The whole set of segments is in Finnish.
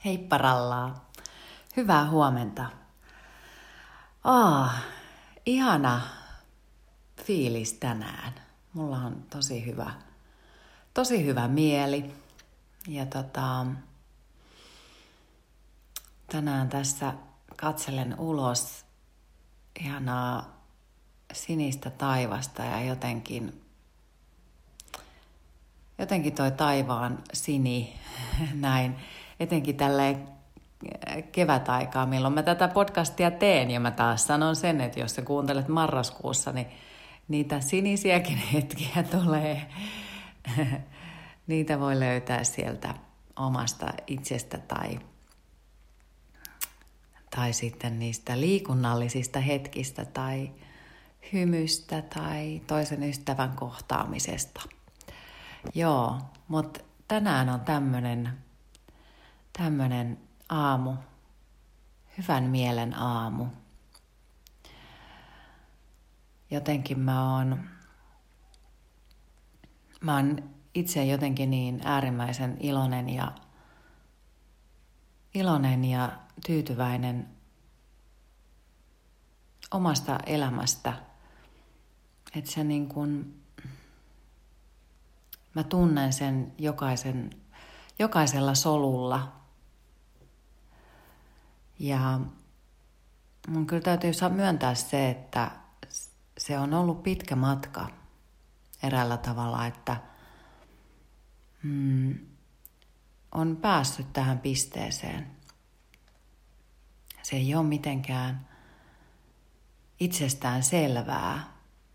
Heipparallaa. Hyvää huomenta. Ihana fiilis tänään. Mulla on tosi hyvä mieli. Ja tänään tässä katselen ulos ihanaa sinistä taivasta ja jotenkin toi taivaan sini näin, etenkin tälleen kevätaikaa, milloin mä tätä podcastia teen, ja mä taas sanon sen, että jos sä kuuntelet marraskuussa, niin niitä sinisiäkin hetkiä tulee. Niitä voi löytää sieltä omasta itsestä tai sitten niistä liikunnallisista hetkistä tai hymystä tai toisen ystävän kohtaamisesta. Joo, mutta tänään on tämmönen aamu, hyvän mielen aamu. Jotenkin mä oon itse jotenkin niin äärimmäisen iloinen ja tyytyväinen omasta elämästä, että se niin kuin mä tunnen sen jokaisella solulla. Ja mun kyllä täytyy myöntää se, että se on ollut pitkä matka eräällä tavalla, että on päässyt tähän pisteeseen. Se ei ole mitenkään itsestään selvää.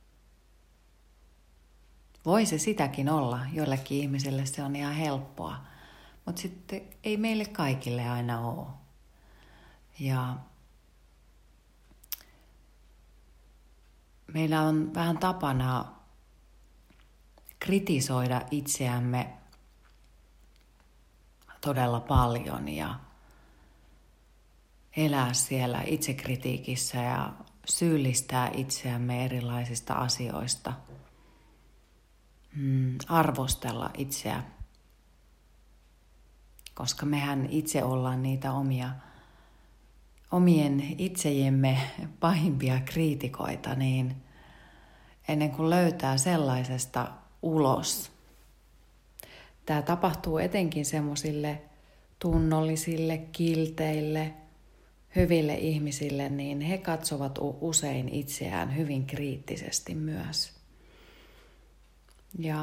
Voi se sitäkin olla, joillekin ihmisille se on ihan helppoa, mutta sitten ei meille kaikille aina ole. Ja meillä on vähän tapana kritisoida itseämme todella paljon ja elää siellä itsekritiikissä ja syyllistää itseämme erilaisista asioista. Arvostella itseä, koska mehän itse ollaan niitä omien itsejemme pahimpia kriitikoita, niin ennen kuin löytää sellaisesta ulos. Tämä tapahtuu etenkin semmoisille tunnollisille, kilteille, hyville ihmisille, niin he katsovat usein itseään hyvin kriittisesti myös. Ja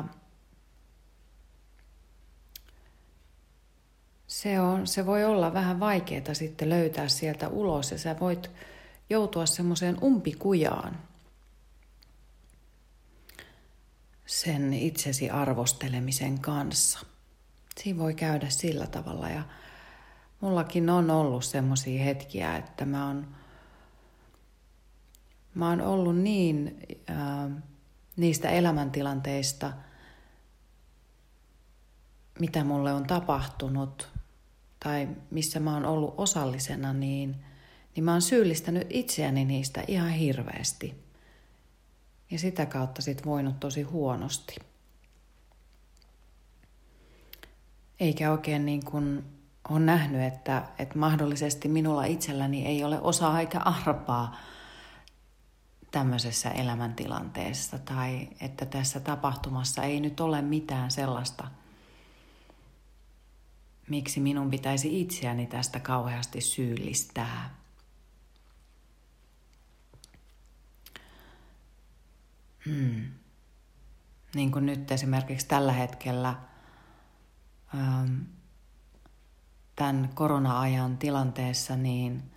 se voi olla vähän vaikeaa sitten löytää sieltä ulos, ja sä voit joutua semmoiseen umpikujaan sen itsesi arvostelemisen kanssa. Siinä voi käydä sillä tavalla, ja mullakin on ollut semmoisia hetkiä, että mä oon ollut niin niistä elämäntilanteista, mitä mulle on tapahtunut tai missä mä oon ollut osallisena, niin mä oon syyllistänyt itseäni niistä ihan hirveästi. Ja sitä kautta sit voinut tosi huonosti. Eikä oikein niin kuin on nähnyt, että mahdollisesti minulla itselläni ei ole osaa eikä arpaa tämmöisessä elämäntilanteessa, tai että tässä tapahtumassa ei nyt ole mitään sellaista, miksi minun pitäisi itseäni tästä kauheasti syyllistää. Niin kuin nyt esimerkiksi tällä hetkellä tämän korona-ajan tilanteessa, niin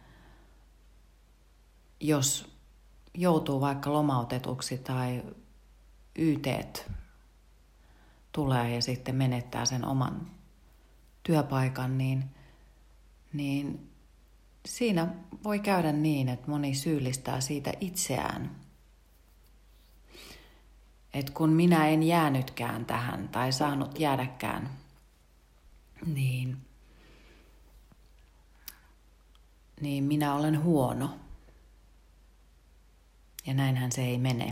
jos joutuu vaikka lomautetuksi tai YT:t tulee ja sitten menettää sen oman työpaikan, niin siinä voi käydä niin, että moni syyllistää siitä itseään. Että kun minä en jäänytkään tähän tai saanut jäädäkään, niin minä olen huono. Ja näinhän se ei mene.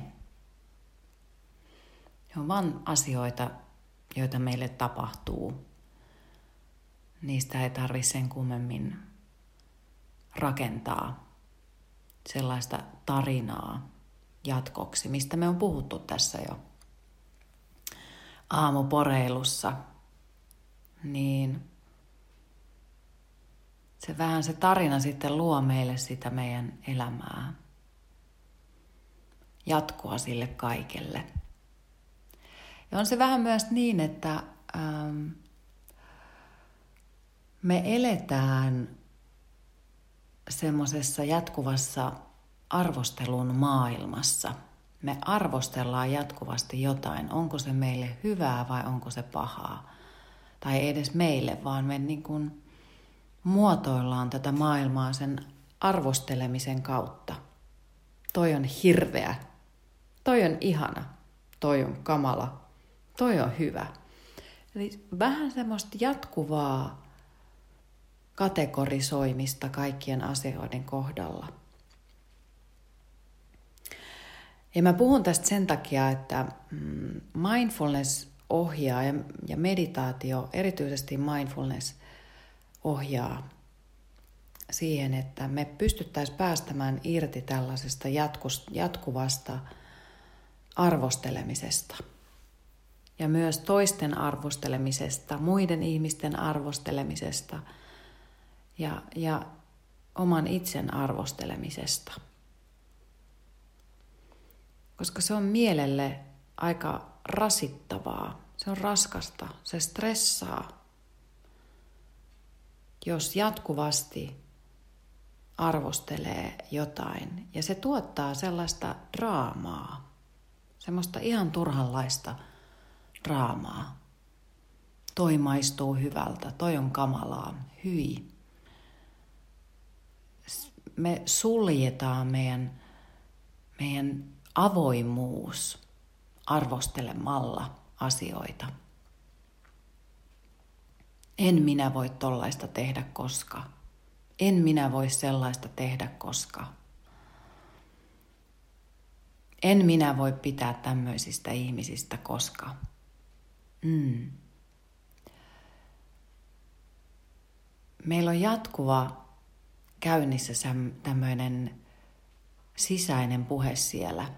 Se on vaan asioita, joita meille tapahtuu. niistä ei tarvitse sen kummemmin rakentaa sellaista tarinaa jatkoksi, mistä me on puhuttu tässä jo aamuporeilussa, niin se tarina sitten luo meille sitä meidän elämää, jatkoa sille kaikelle. Ja on se vähän myös niin, että me eletään semmoisessa jatkuvassa arvostelun maailmassa. Me arvostellaan jatkuvasti jotain, onko se meille hyvää vai onko se pahaa. Tai ei edes meille, vaan me niin kuin muotoillaan tätä maailmaa sen arvostelemisen kautta. Toi on hirveä, toi on ihana, toi on kamala, toi on hyvä. Eli vähän semmoista jatkuvaa kategorisoimista kaikkien asioiden kohdalla. Ja mä puhun tästä sen takia, että mindfulness ohjaa ja meditaatio, erityisesti mindfulness ohjaa siihen, että me pystyttäisiin päästämään irti tällaisesta jatkuvasta arvostelemisesta. Ja myös toisten arvostelemisesta, muiden ihmisten arvostelemisesta ja oman itsen arvostelemisesta. Koska se on mielelle aika rasittavaa, se on raskasta, se stressaa, jos jatkuvasti arvostelee jotain. Ja se tuottaa sellaista draamaa, semmoista ihan turhanlaista draamaa. Toi maistuu hyvältä, toi on kamalaa, hyi. Me suljetaan meidän avoimuus arvostelemalla asioita. En minä voi tollaista tehdä koska. En minä voi sellaista tehdä koska. En minä voi pitää tämmöisistä ihmisistä koska. Meillä on jatkuva käynnissä tämmöinen sisäinen puhe siellä.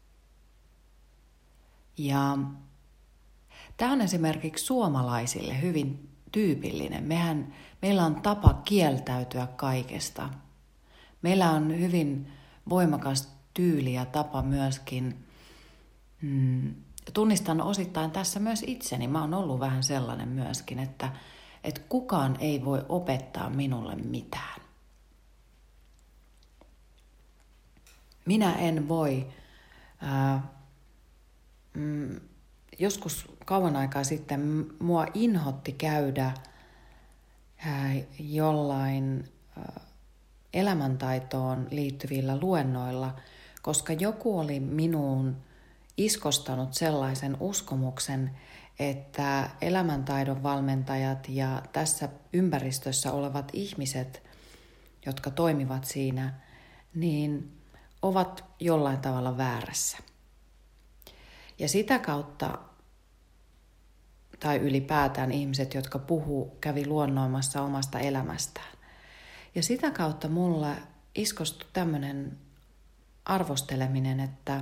Ja tämä on esimerkiksi suomalaisille hyvin tyypillinen. Meillä on tapa kieltäytyä kaikesta. Meillä on hyvin voimakas tyyli ja tapa myöskin, tunnistan osittain tässä myös itseni. Mä oon ollut vähän sellainen myöskin, että kukaan ei voi opettaa minulle mitään. Minä en voi, joskus kauan aikaa sitten mua inhotti käydä jollain elämäntaitoon liittyvillä luennoilla, koska joku oli minuun iskostanut sellaisen uskomuksen, että elämäntaidon valmentajat ja tässä ympäristössä olevat ihmiset, jotka toimivat siinä, niin ovat jollain tavalla väärässä. Ja sitä kautta, tai ylipäätään ihmiset, jotka kävi luonnoimassa omasta elämästään. Ja sitä kautta mulla iskostui tämmöinen arvosteleminen, että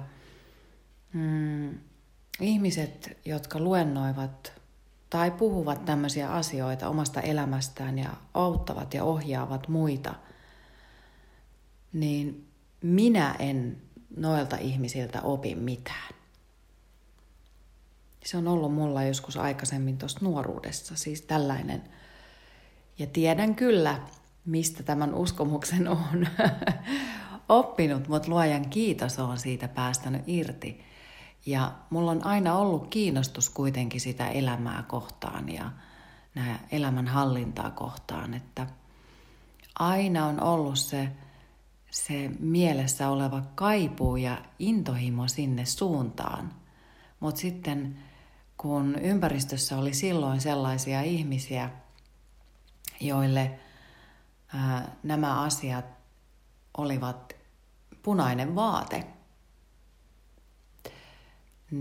ihmiset, jotka luennoivat tai puhuvat tämmöisiä asioita omasta elämästään ja auttavat ja ohjaavat muita, niin minä en noilta ihmisiltä opi mitään. Se on ollut mulla joskus aikaisemmin tuossa nuoruudessa, siis tällainen. Ja tiedän kyllä, mistä tämän uskomuksen on oppinut, mutta luojan kiitos on siitä päästänyt irti. Ja mulla on aina ollut kiinnostus kuitenkin sitä elämää kohtaan ja elämän hallintaa kohtaan, että aina on ollut se mielessä oleva kaipuu ja intohimo sinne suuntaan. Mutta sitten kun ympäristössä oli silloin sellaisia ihmisiä, joille nämä asiat olivat punainen vaate,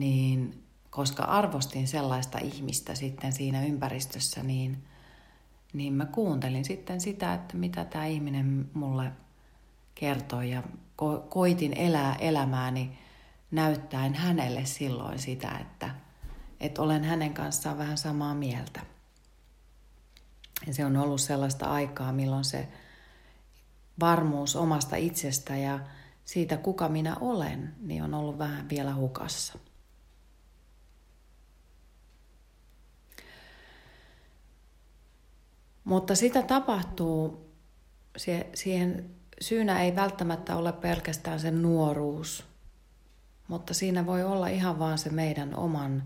niin koska arvostin sellaista ihmistä sitten siinä ympäristössä, niin niin mä kuuntelin sitten sitä, että mitä tämä ihminen mulle kertoi ja koitin elää elämääni näyttäen hänelle silloin sitä, että olen hänen kanssaan vähän samaa mieltä. Ja se on ollut sellaista aikaa, milloin se varmuus omasta itsestä ja siitä, kuka minä olen, niin on ollut vähän vielä hukassa. Mutta sitä tapahtuu, siihen syynä ei välttämättä ole pelkästään se nuoruus, mutta siinä voi olla ihan vaan se meidän oman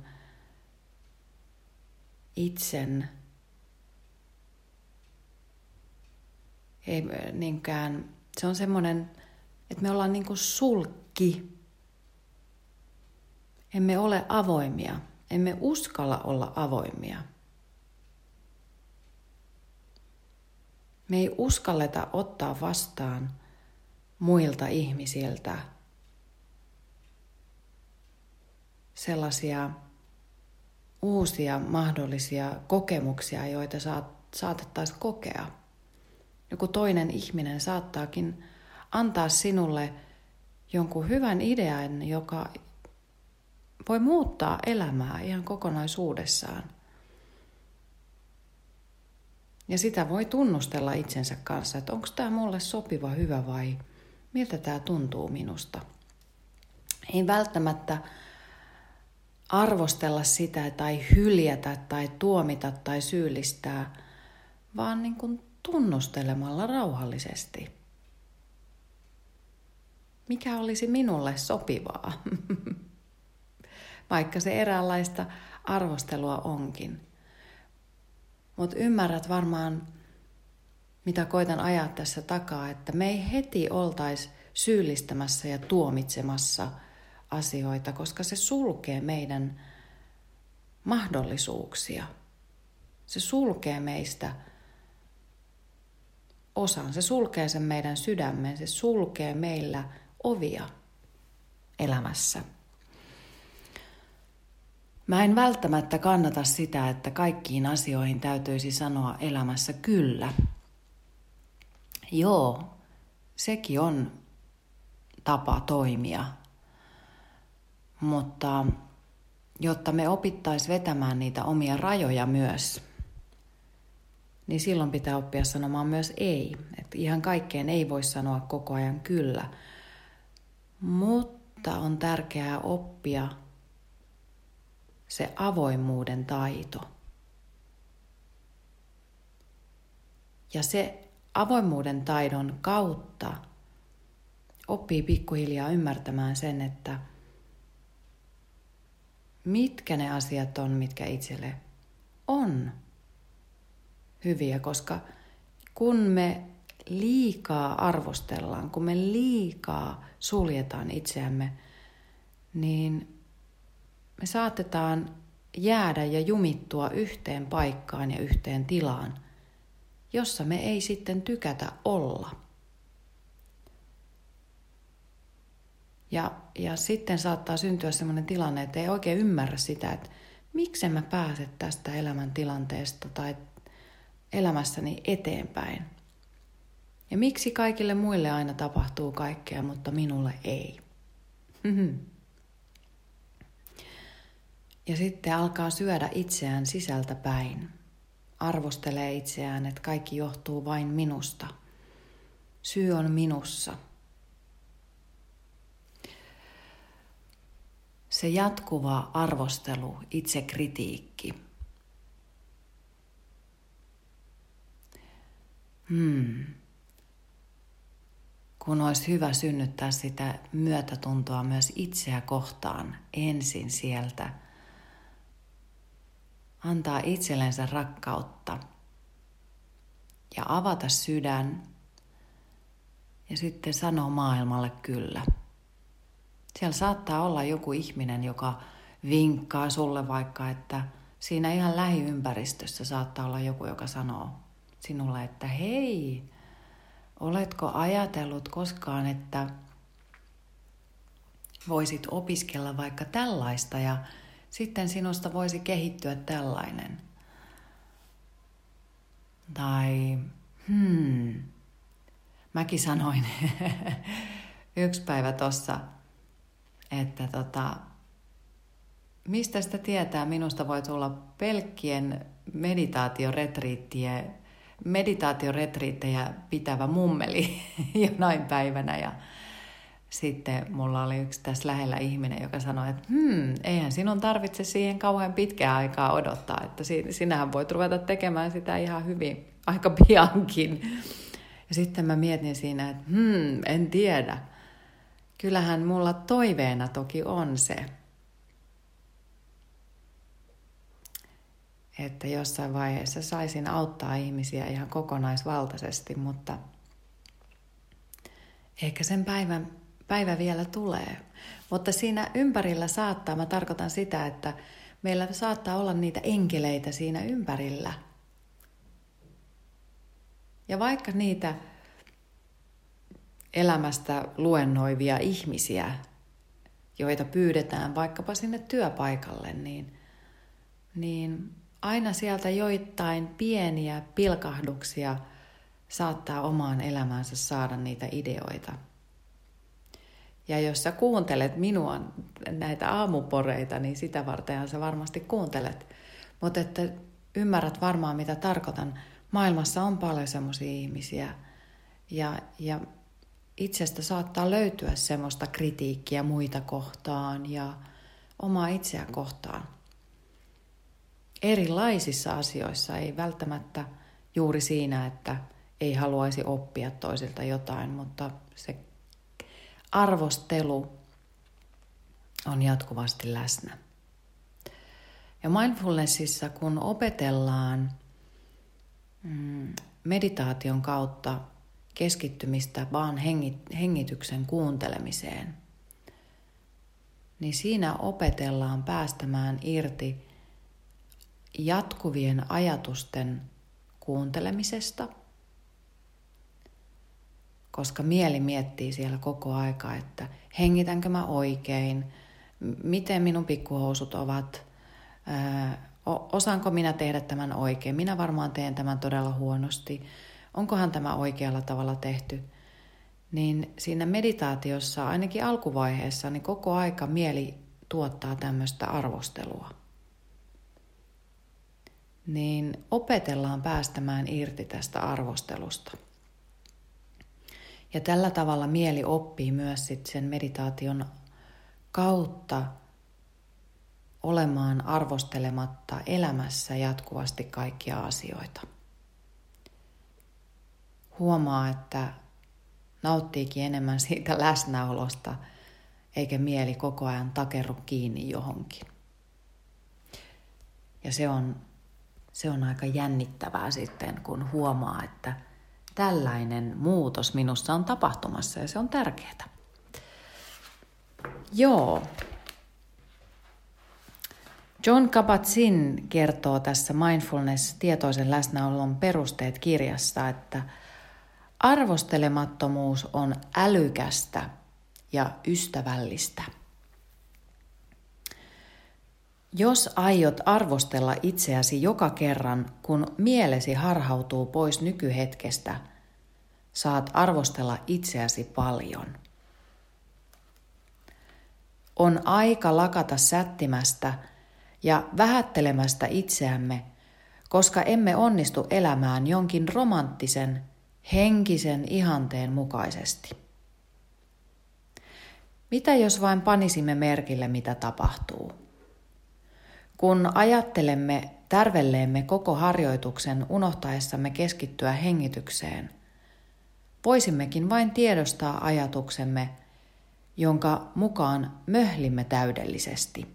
itsen, ei niinkään, se on semmoinen, että me ollaan niin kuin sulkki. Emme ole avoimia, emme uskalla olla avoimia. Me ei uskalleta ottaa vastaan muilta ihmisiltä sellaisia uusia mahdollisia kokemuksia, joita saatettaisiin kokea. Joku toinen ihminen saattaakin antaa sinulle jonkun hyvän idean, joka voi muuttaa elämää ihan kokonaisuudessaan. Ja sitä voi tunnustella itsensä kanssa, että onko tämä mulle sopiva, hyvä vai miltä tämä tuntuu minusta. Ei välttämättä arvostella sitä tai hyljätä tai tuomita tai syyllistää, vaan niin kuin tunnustelemalla rauhallisesti. Mikä olisi minulle sopivaa? Vaikka se eräänlaista arvostelua onkin. Mutta ymmärrät varmaan, mitä koitan ajaa tässä takaa, että me ei heti oltaisi syyllistämässä ja tuomitsemassa asioita, koska se sulkee meidän mahdollisuuksia. Se sulkee meistä osan, se sulkee sen meidän sydämen, se sulkee meillä ovia elämässä. Mä en välttämättä kannata sitä, että kaikkiin asioihin täytyisi sanoa elämässä kyllä. Joo, sekin on tapa toimia. Mutta jotta me opittaisiin vetämään niitä omia rajoja myös, niin silloin pitää oppia sanomaan myös ei. Että ihan kaikkeen ei voi sanoa koko ajan kyllä. Mutta on tärkeää oppia se avoimuuden taito. Ja se avoimuuden taidon kautta oppii pikkuhiljaa ymmärtämään sen, että mitkä ne asiat on, mitkä itselle on hyviä, koska kun me liikaa arvostellaan, kun me liikaa suljetaan itseämme, niin me saatetaan jäädä ja jumittua yhteen paikkaan ja yhteen tilaan, jossa me ei sitten tykätä olla. Ja sitten saattaa syntyä sellainen tilanne, että ei oikein ymmärrä sitä, että miksi mä pääse tästä elämäntilanteesta tai elämässäni eteenpäin. Ja miksi kaikille muille aina tapahtuu kaikkea, mutta minulle ei. Ja sitten alkaa syödä itseään sisältä päin. Arvostelee itseään, että kaikki johtuu vain minusta. Syy on minussa. Se jatkuva arvostelu, itsekritiikki. Kun olisi hyvä synnyttää sitä myötätuntoa myös itseä kohtaan ensin sieltä. Antaa itsellensä rakkautta ja avata sydän ja sitten sanoo maailmalle kyllä. Siellä saattaa olla joku ihminen, joka vinkkaa sulle vaikka, että siinä ihan lähiympäristössä saattaa olla joku, joka sanoo sinulle, että hei, oletko ajatellut koskaan, että voisit opiskella vaikka tällaista ja sitten sinusta voisi kehittyä tällainen. Tai mäkin sanoin yksi päivä tossa, että mistä sitä tietää, minusta voi tulla pelkkien meditaatioretriittejä pitävä mummeli jonain päivänä. Ja sitten mulla oli yksi tässä lähellä ihminen, joka sanoi, että eihän sinun tarvitse siihen kauhean pitkää aikaa odottaa, että sinähän voit ruveta tekemään sitä ihan hyvin aika piankin. Ja sitten mä mietin siinä, että en tiedä. Kyllähän mulla toiveena toki on se, että jossain vaiheessa saisin auttaa ihmisiä ihan kokonaisvaltaisesti, mutta ehkä sen päivä vielä tulee. Mutta siinä ympärillä mä tarkoitan sitä, että meillä saattaa olla niitä enkeleitä siinä ympärillä. Ja vaikka niitä elämästä luennoivia ihmisiä, joita pyydetään vaikkapa sinne työpaikalle, niin aina sieltä joitain pieniä pilkahduksia saattaa omaan elämäänsä saada niitä ideoita. Ja jos sä kuuntelet minua, näitä aamuporeita, niin sitä vartenhan sä varmasti kuuntelet. Mutta että ymmärrät varmaan, mitä tarkoitan. Maailmassa on paljon semmoisia ihmisiä ja itsestä saattaa löytyä semmoista kritiikkiä muita kohtaan ja omaa itseä kohtaan. Erilaisissa asioissa, ei välttämättä juuri siinä, että ei haluaisi oppia toisilta jotain, mutta se arvostelu on jatkuvasti läsnä. Ja mindfulnessissa, kun opetellaan meditaation kautta keskittymistä vaan hengityksen kuuntelemiseen, niin siinä opetellaan päästämään irti jatkuvien ajatusten kuuntelemisesta, koska mieli miettii siellä koko aika, että hengitänkö mä oikein, miten minun pikkuhousut ovat, osaanko minä tehdä tämän oikein, minä varmaan teen tämän todella huonosti, onkohan tämä oikealla tavalla tehty. Niin siinä meditaatiossa, ainakin alkuvaiheessa, niin koko aika mieli tuottaa tämmöistä arvostelua. Niin opetellaan päästämään irti tästä arvostelusta. Ja tällä tavalla mieli oppii myös sit sen meditaation kautta olemaan arvostelematta elämässä jatkuvasti kaikkia asioita. Huomaa, että nauttiikin enemmän siitä läsnäolosta, eikä mieli koko ajan takerru kiinni johonkin. Ja se on aika jännittävää sitten, kun huomaa, että tällainen muutos minussa on tapahtumassa ja se on tärkeää. Joo. Jon Kabat-Zinn kertoo tässä Mindfulness tietoisen läsnäolon perusteet -kirjassa, että arvostelemattomuus on älykästä ja ystävällistä. Jos aiot arvostella itseäsi joka kerran, kun mielesi harhautuu pois nykyhetkestä, saat arvostella itseäsi paljon. On aika lakata sättimästä ja vähättelemästä itseämme, koska emme onnistu elämään jonkin romanttisen, henkisen ihanteen mukaisesti. Mitä jos vain panisimme merkille, mitä tapahtuu? Kun ajattelemme tärvelleemme koko harjoituksen unohtaessamme keskittyä hengitykseen, voisimmekin vain tiedostaa ajatuksemme, jonka mukaan möhlimme täydellisesti.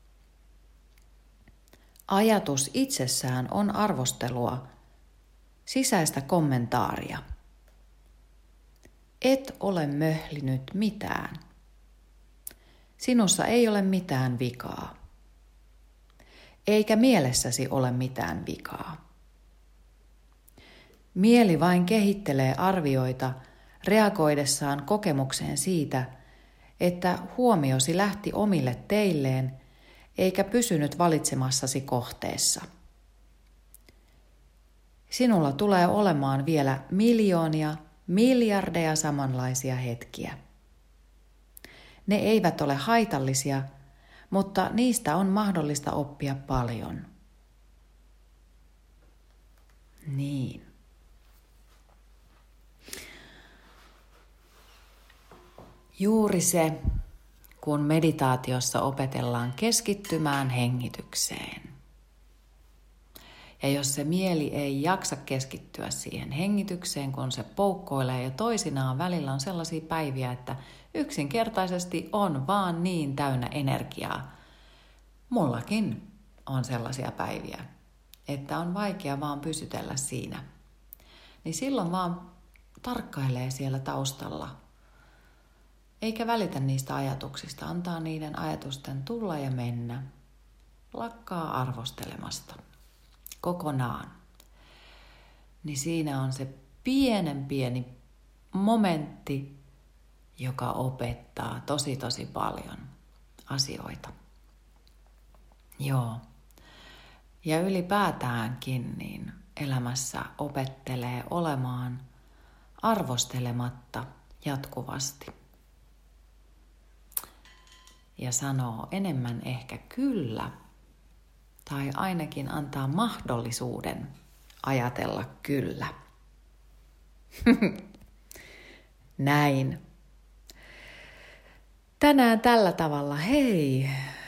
Ajatus itsessään on arvostelua, sisäistä kommentaaria. Et ole möhlinyt mitään. Sinussa ei ole mitään vikaa. Eikä mielessäsi ole mitään vikaa. Mieli vain kehittelee arvioita reagoidessaan kokemukseen siitä, että huomiosi lähti omille teilleen eikä pysynyt valitsemassasi kohteessa. Sinulla tulee olemaan vielä miljoonia, miljardeja samanlaisia hetkiä. Ne eivät ole haitallisia, mutta niistä on mahdollista oppia paljon. Niin. Juuri se, kun meditaatiossa opetellaan keskittymään hengitykseen. Ja jos se mieli ei jaksa keskittyä siihen hengitykseen, kun se poukkoilee ja toisinaan välillä on sellaisia päiviä, että yksinkertaisesti on vaan niin täynnä energiaa. Mullakin on sellaisia päiviä, että on vaikea vaan pysytellä siinä. Niin silloin vaan tarkkailee siellä taustalla. Eikä välitä niistä ajatuksista, antaa niiden ajatusten tulla ja mennä. Lakkaa arvostelemasta kokonaan. Niin siinä on se pieni momentti, joka opettaa tosi paljon asioita. Joo. Ja ylipäätäänkin niin elämässä opettelee olemaan arvostelematta jatkuvasti. Ja sanoo enemmän ehkä kyllä, tai ainakin antaa mahdollisuuden ajatella kyllä. Näin. Tänään tällä tavalla, hei,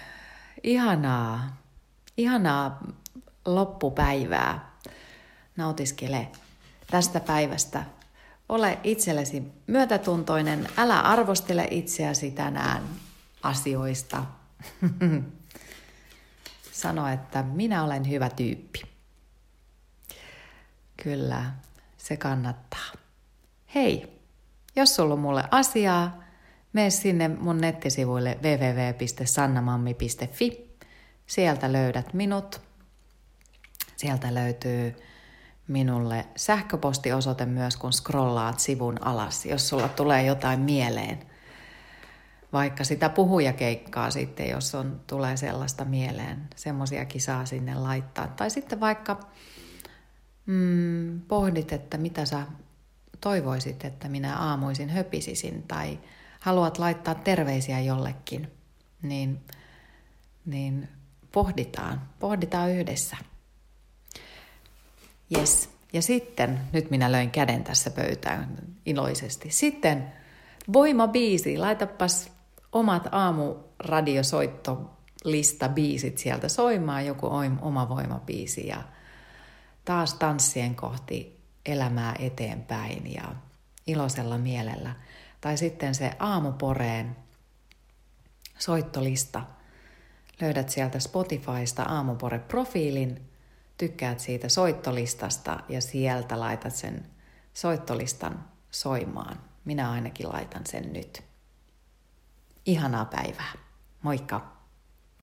ihanaa loppupäivää. Nautiskele tästä päivästä. Ole itsellesi myötätuntoinen, älä arvostele itseäsi tänään asioista. Sano, että minä olen hyvä tyyppi. Kyllä, se kannattaa. Hei, jos sulla on mulle asiaa, mene sinne mun nettisivuille www.sannamammi.fi. Sieltä löydät minut. Sieltä löytyy minulle sähköpostiosoite myös, kun scrollaat sivun alas, jos sulla tulee jotain mieleen. Vaikka sitä puhujakeikkaa sitten, jos tulee sellaista mieleen, semmoisiakin saa sinne laittaa. Tai sitten vaikka pohdit, että mitä sä toivoisit, että minä aamuisin höpisisin, tai haluat laittaa terveisiä jollekin, niin pohditaan yhdessä. Yes. Ja sitten, nyt minä löin käden tässä pöytään iloisesti. Sitten voimabiisi, laitapas omat aamuradiosoittolista biisit sieltä soimaan, joku oma voimabiisi ja taas tanssien kohti elämää eteenpäin ja iloisella mielellä. Tai sitten se aamuporeen soittolista. Löydät sieltä Spotifysta Aamupore-profiilin, tykkäät siitä soittolistasta ja sieltä laitat sen soittolistan soimaan. Minä ainakin laitan sen nyt. Ihanaa päivää. Moikka!